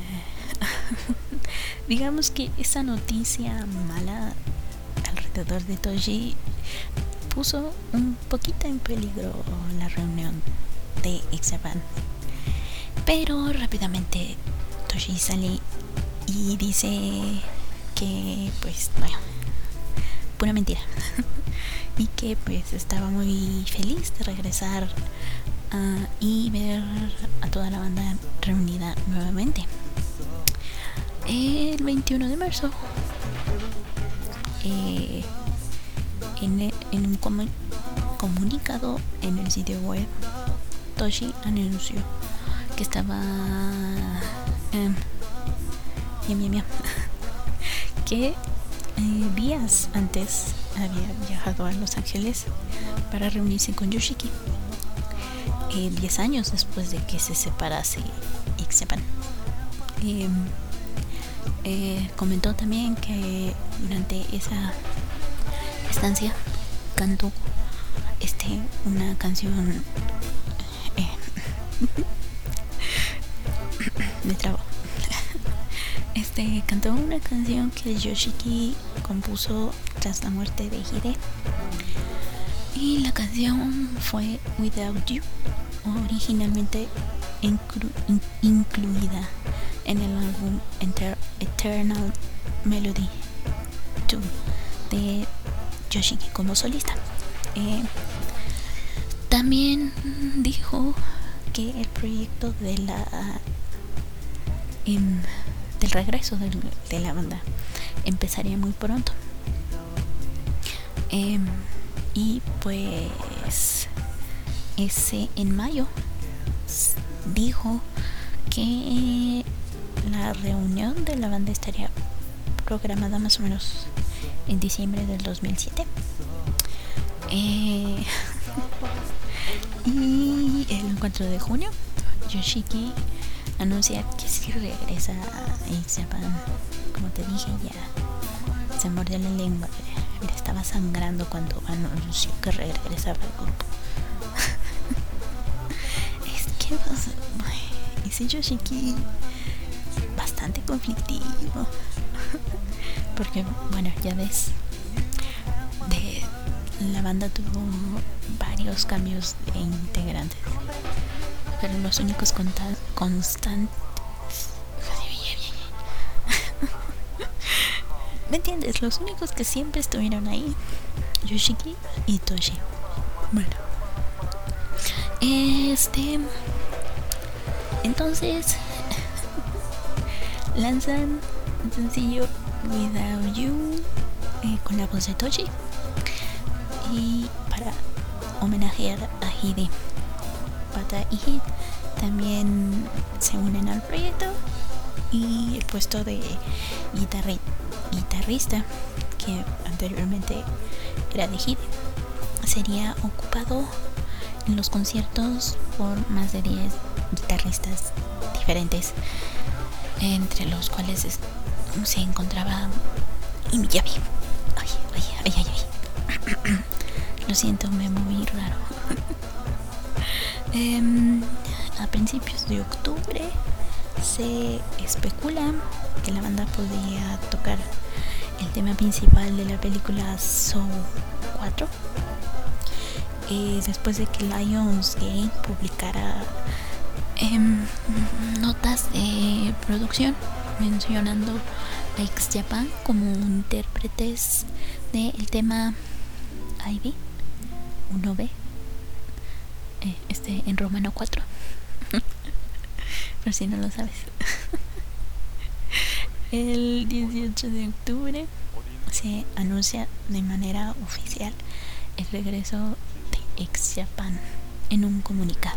Speaker 2: digamos que esa noticia mala alrededor de Toshi puso un poquito en peligro la reunión de X-Japan. Pero rápidamente Toshi sale y dice que pues bueno, pura mentira. Y que pues estaba muy feliz de regresar y ver a toda la banda reunida nuevamente. El 21 de marzo, en un comunicado en el sitio web, Toshi anunció que estaba que días antes había viajado a Los Ángeles para reunirse con Yoshiki, 10 años después de que se separase X-Japan. Comentó también que durante esa estancia cantó una canción me trabo. Cantó una canción que Yoshiki compuso tras la muerte de Hide, y la canción fue Without You, originalmente incluida en el álbum Eternal Melody 2 de Yoshiki como solista. También dijo que el proyecto de del regreso de la banda empezaría muy pronto. Y pues en mayo dijo que la reunión de la banda estaría programada más o menos en diciembre del 2007. Y el 4 de junio Yoshiki anuncia que sí regresa a X-Japan. Como te dije, ya se mordió la lengua. Mira, estaba sangrando cuando anunció que regresaba al grupo. Es que ese Yoshiki bastante conflictivo. Porque, bueno, ya ves, la banda tuvo varios cambios de integrantes, pero los únicos constantes, ¿me entiendes? Los únicos que siempre estuvieron ahí, Yoshiki y Toshi. Bueno, entonces lanzan un sencillo Without You con la voz de Toshi, y para homenajear a Hide. Bata y Hit también se unen al proyecto, y el puesto de guitarrista, que anteriormente era de Hide, sería ocupado en los conciertos por más de 10 guitarristas diferentes, entre los cuales se encontraba Miyabi. Ay. Lo siento, me moví raro. A principios de octubre se especula que la banda podría tocar el tema principal de la película Saw 4, después de que Lionsgate publicara notas de producción mencionando a X-Japan como intérpretes del tema IV 1B, en romano 4, por si no lo sabes. El 18 de octubre se anuncia de manera oficial el regreso de X-Japan en un comunicado.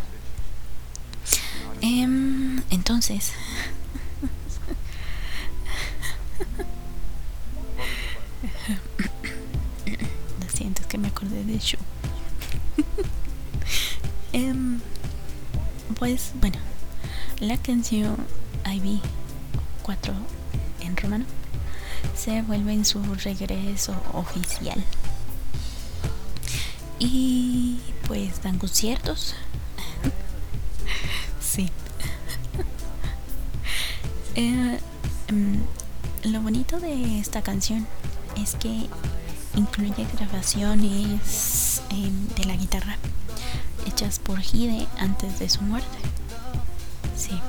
Speaker 2: Entonces lo siento, es que me acordé de Shu. Pues bueno, la canción IV 4 en romano, se vuelve en su regreso oficial. Y pues dan conciertos. Sí. Lo bonito de esta canción es que incluye grabaciones de la guitarra hechas por Hide antes de su muerte. Sí.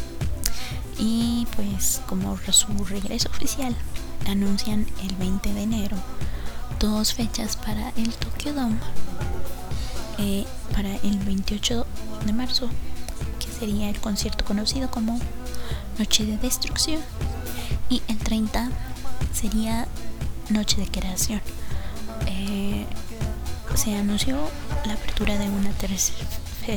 Speaker 2: Y pues como su regreso oficial, anuncian el 20 de enero 2 fechas para el Tokyo Dome, para el 28 de marzo, que sería el concierto conocido como Noche de Destrucción, y el 30 sería Noche de Creación. Se anunció la apertura de una tercera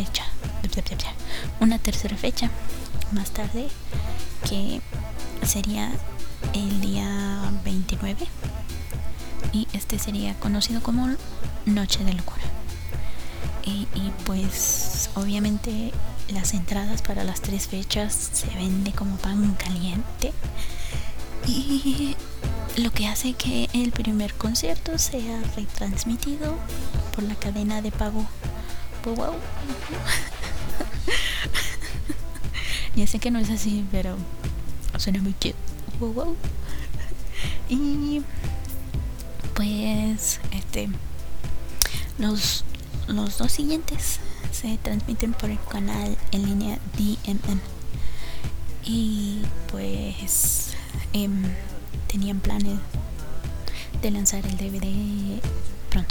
Speaker 2: fecha más tarde, que sería el día 29, y este sería conocido como Noche de Locura. Y pues obviamente las entradas para las 3 fechas se vende como pan caliente, y lo que hace que el primer concierto sea retransmitido por la cadena de pago Wow. Ya sé que no es así, pero suena muy cute. Wow. Y pues los 2 siguientes se transmiten por el canal en línea DMM. Y pues tenían planes de lanzar el DVD pronto.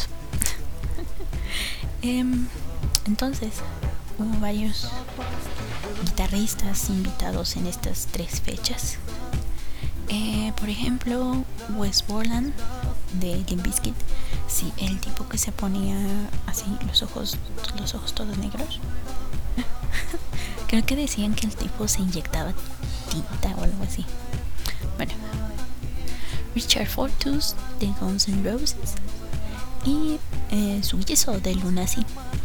Speaker 2: Entonces hubo varios guitarristas invitados en estas 3 fechas. Por ejemplo, Wes Borland de Limp Bizkit. Sí, el tipo que se ponía así los ojos todos negros. Creo que decían que el tipo se inyectaba tinta o algo así. Bueno, Richard Fortus de Guns N' Roses y Sugizo de Lunacy.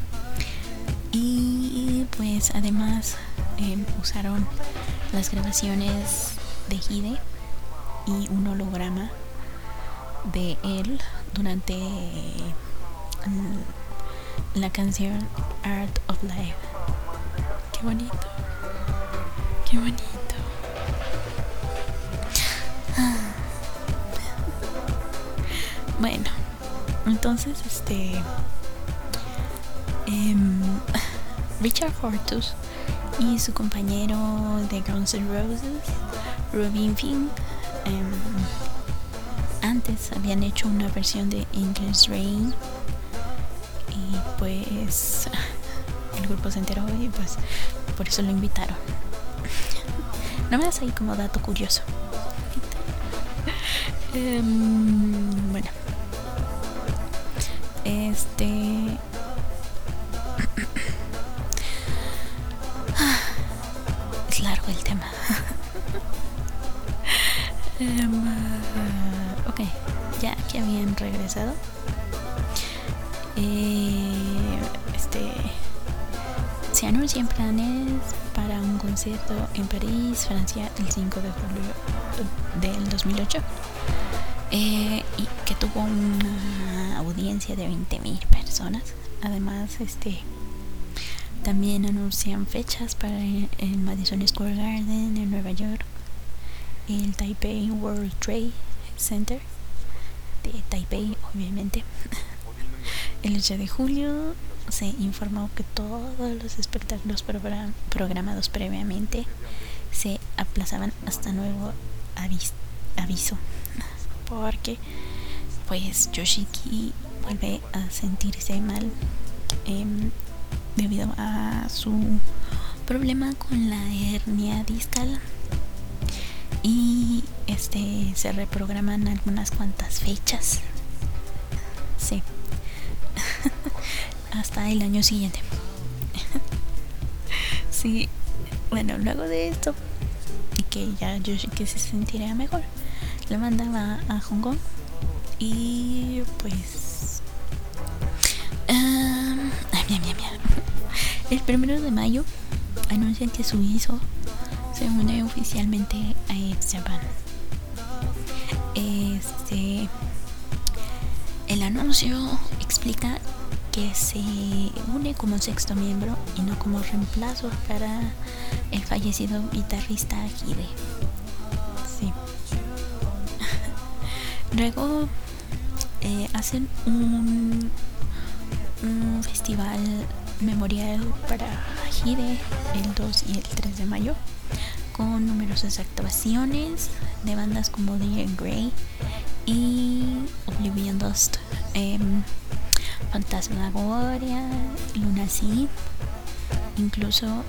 Speaker 2: Y pues además usaron las grabaciones de Hide y un holograma de él durante la canción Art of Life. Qué bonito, qué bonito. Bueno, entonces Richard Fortus y su compañero de Guns N' Roses, Robin Fink, antes habían hecho una versión de Angel's Rain, y pues el grupo se enteró y pues por eso lo invitaron. Nomás ahí como dato curioso. Bueno, es largo el tema. Ok, ya que habían regresado, se anuncian planes para un concierto en París, Francia, el 5 de julio del 2008, y que tuvo una audiencia de 20,000 personas. Además, también anuncian fechas para el Madison Square Garden en Nueva York, el Taipei World Trade Center de Taipei, obviamente. El 8 de julio se informó que todos los espectáculos programados previamente se aplazaban hasta nuevo aviso, porque pues Yoshiki vuelve a sentirse mal debido a su problema con la hernia discal, y se reprograman algunas cuantas fechas, sí, hasta el año siguiente. Sí, bueno, luego de esto, y que ya Yoshiki se sentirá mejor, lo mandaba a Hong Kong, y pues el 1 de mayo anuncian que Sugizo se une oficialmente a X Japan. El anuncio explica que se une como sexto miembro y no como reemplazo para el fallecido guitarrista Hide. Sí. Luego hacen un festival memorial para Hide el 2 y el 3 de mayo con numerosas actuaciones de bandas como The Grey y Oblivion Dust, Phantasmagoria, Lunacy, incluso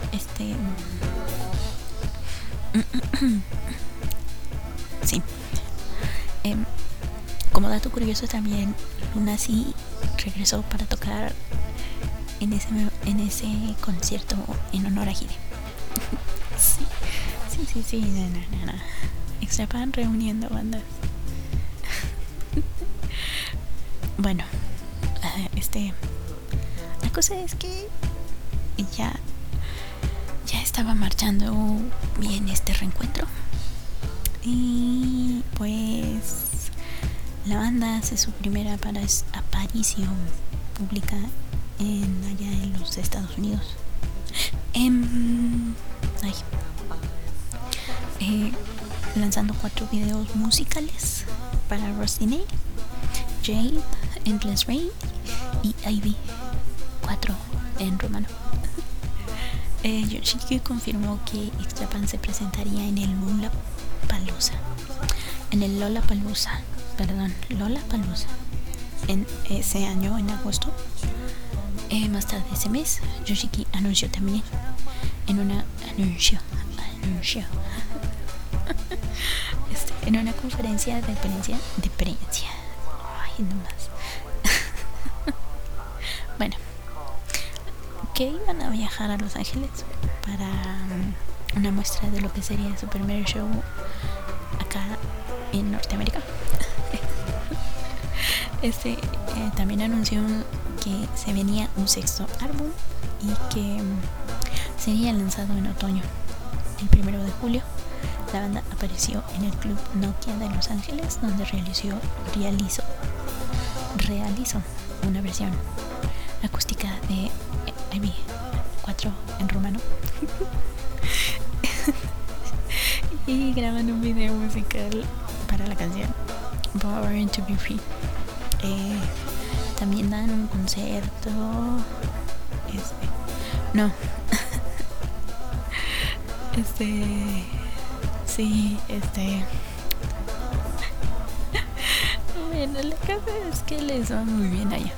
Speaker 2: sí. Como dato curioso también, Lunacy regresó para tocar en ese concierto en honor a Hide. Sí, no. X Japan reuniendo bandas. Bueno, la cosa es que ya estaba marchando bien este reencuentro y pues la banda hace su primera aparición pública allá en los Estados Unidos. Lanzando 4 videos musicales para Rusty Nail, Jade, Endless Rain y Ivy, 4 en rumano. Yoshiki confirmó que X Japan se presentaría en el Lollapalooza, en ese año, en agosto. Más tarde ese mes, Yoshiki anunció también en una conferencia de prensa. Ay, no más. Bueno, que iban a viajar a Los Ángeles para una muestra de lo que sería su primer show acá en Norteamérica. También anunció que se venía un sexto álbum y que sería lanzado en otoño. El 1 de julio la banda apareció en el Club Nokia de Los Ángeles, donde realizó una versión acústica de Ivy 4 en rumano. Y graban un video musical para la canción Born to Be Free. También dan un concierto. Bueno, la cosa es que les va muy bien allá.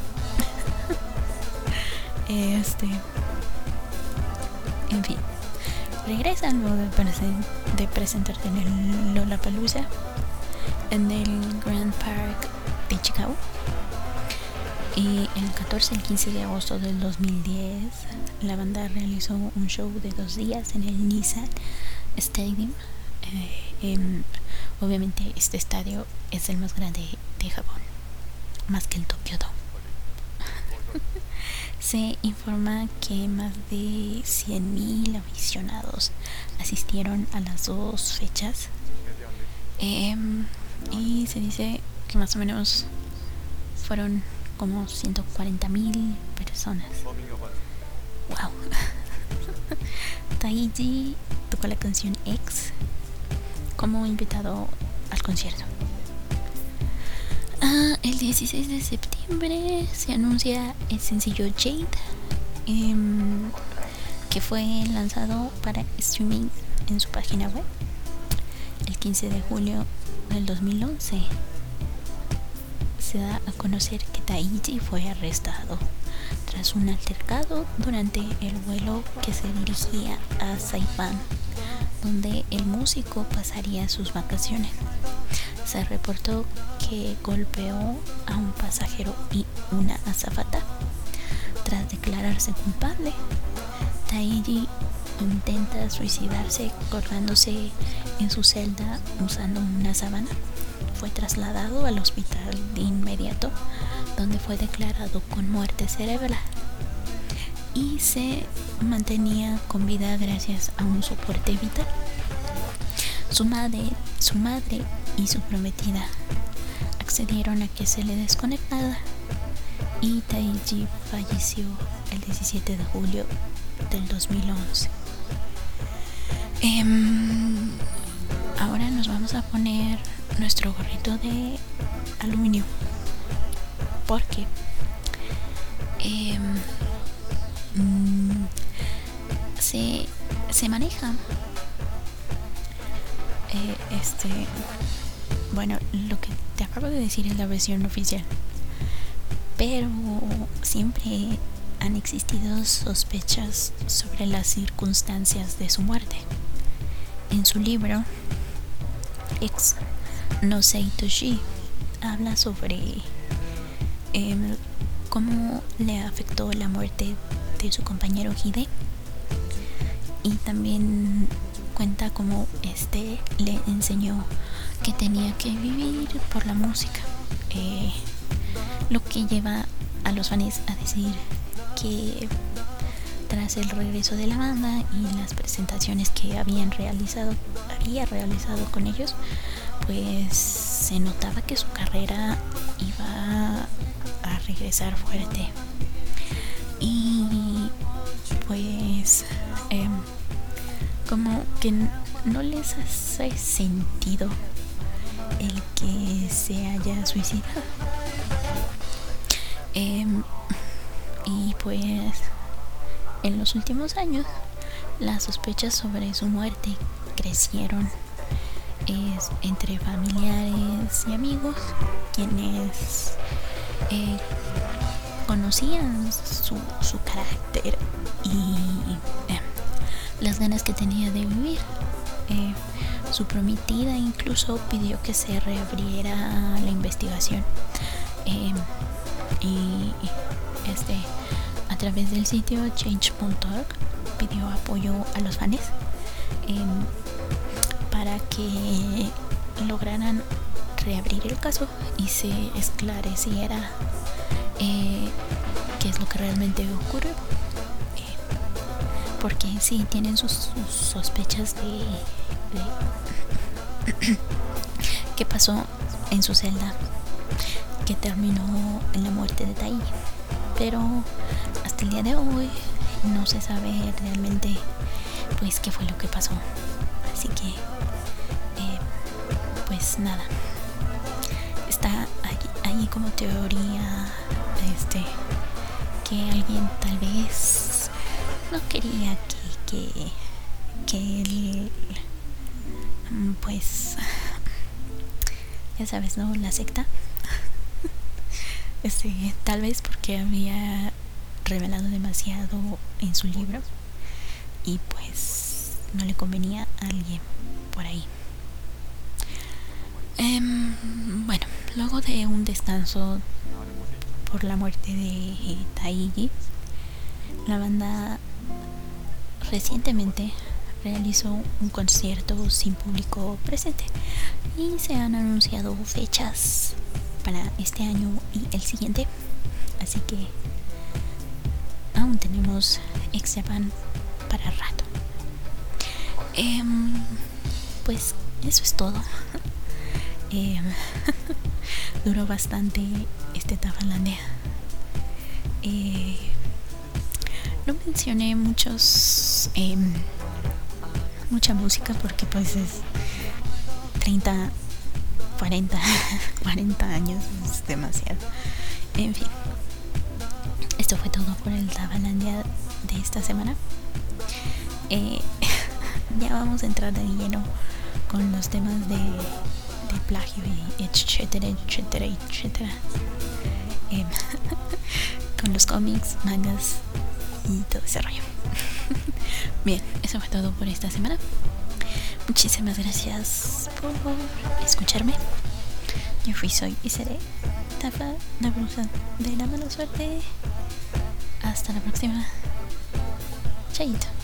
Speaker 2: En fin, regresan luego de presentarse en el Lollapalooza en el Grand Park de Chicago. Y el 14 y el 15 de agosto del 2010 la banda realizó un show de 2 días en el Nissan Stadium. Obviamente este estadio es el más grande de Japón, más que el Tokyo Dome. Se informa que más de 100,000 aficionados asistieron a las 2 fechas, y se dice que más o menos fueron como 140,000 personas. Wow. Taiji tocó la canción X como invitado al concierto. El 16 de septiembre se anuncia el sencillo Jade, que fue lanzado para streaming en su página web. El 15 de julio del 2011 se da a conocer que Taiji fue arrestado tras un altercado durante el vuelo que se dirigía a Saipan, donde el músico pasaría sus vacaciones. Se reportó que golpeó a un pasajero y una azafata. Tras declararse culpable, Taiji intenta suicidarse colgándose en su celda usando una sábana. Fue trasladado al hospital de inmediato, donde fue declarado con muerte cerebral. y se mantenía con vida gracias a un soporte vital. Su madre y su prometida accedieron a que se le desconectara y Taiji falleció el 17 de julio del 2011. Ahora nos vamos a poner nuestro gorrito de aluminio porque se maneja bueno, lo que te acabo de decir es la versión oficial, pero siempre han existido sospechas sobre las circunstancias de su muerte. En su libro X no Seitoshi habla sobre cómo le afectó la muerte de su compañero Hide, y también cuenta cómo le enseñó que tenía que vivir por la música, lo que lleva a los fans a decir que tras el regreso de la banda y las presentaciones que había realizado con ellos, pues se notaba que su carrera iba a regresar fuerte. Y pues como que no les hace sentido el que se haya suicidado. Y pues en los últimos años las sospechas sobre su muerte crecieron entre familiares y amigos, quienes conocían su carácter y las ganas que tenía de vivir. Su prometida incluso pidió que se reabriera la investigación, y a través del sitio change.org pidió apoyo a los fans para que lograran reabrir el caso y se esclareciera qué es lo que realmente ocurrió, porque sí tienen sus sospechas de qué pasó en su celda que terminó en la muerte de Tai, pero hasta el día de hoy no se sabe realmente pues qué fue lo que pasó. Así que pues nada, está ahí como teoría que alguien tal vez no quería que él, pues ya sabes, ¿no? La secta tal vez porque había revelado demasiado en su libro y pues no le convenía a alguien por ahí. Bueno, luego de un descanso por la muerte de Taiji, la banda recientemente realizó un concierto sin público presente y se han anunciado fechas para este año y el siguiente, así que aún tenemos X Japan para rato. Pues eso es todo. Duró bastante Tafalandia. No mencioné mucha música porque pues es 30, 40 años, es demasiado. En fin, esto fue todo por el Tafalandia de esta semana. Ya vamos a entrar de lleno con los temas de plagio y etcétera. Con los cómics, mangas y todo ese rollo. Bien, eso fue todo por esta semana. Muchísimas gracias por escucharme. Yo soy y seré Tafa, la bruja de la mala suerte. Hasta la próxima. Chaito.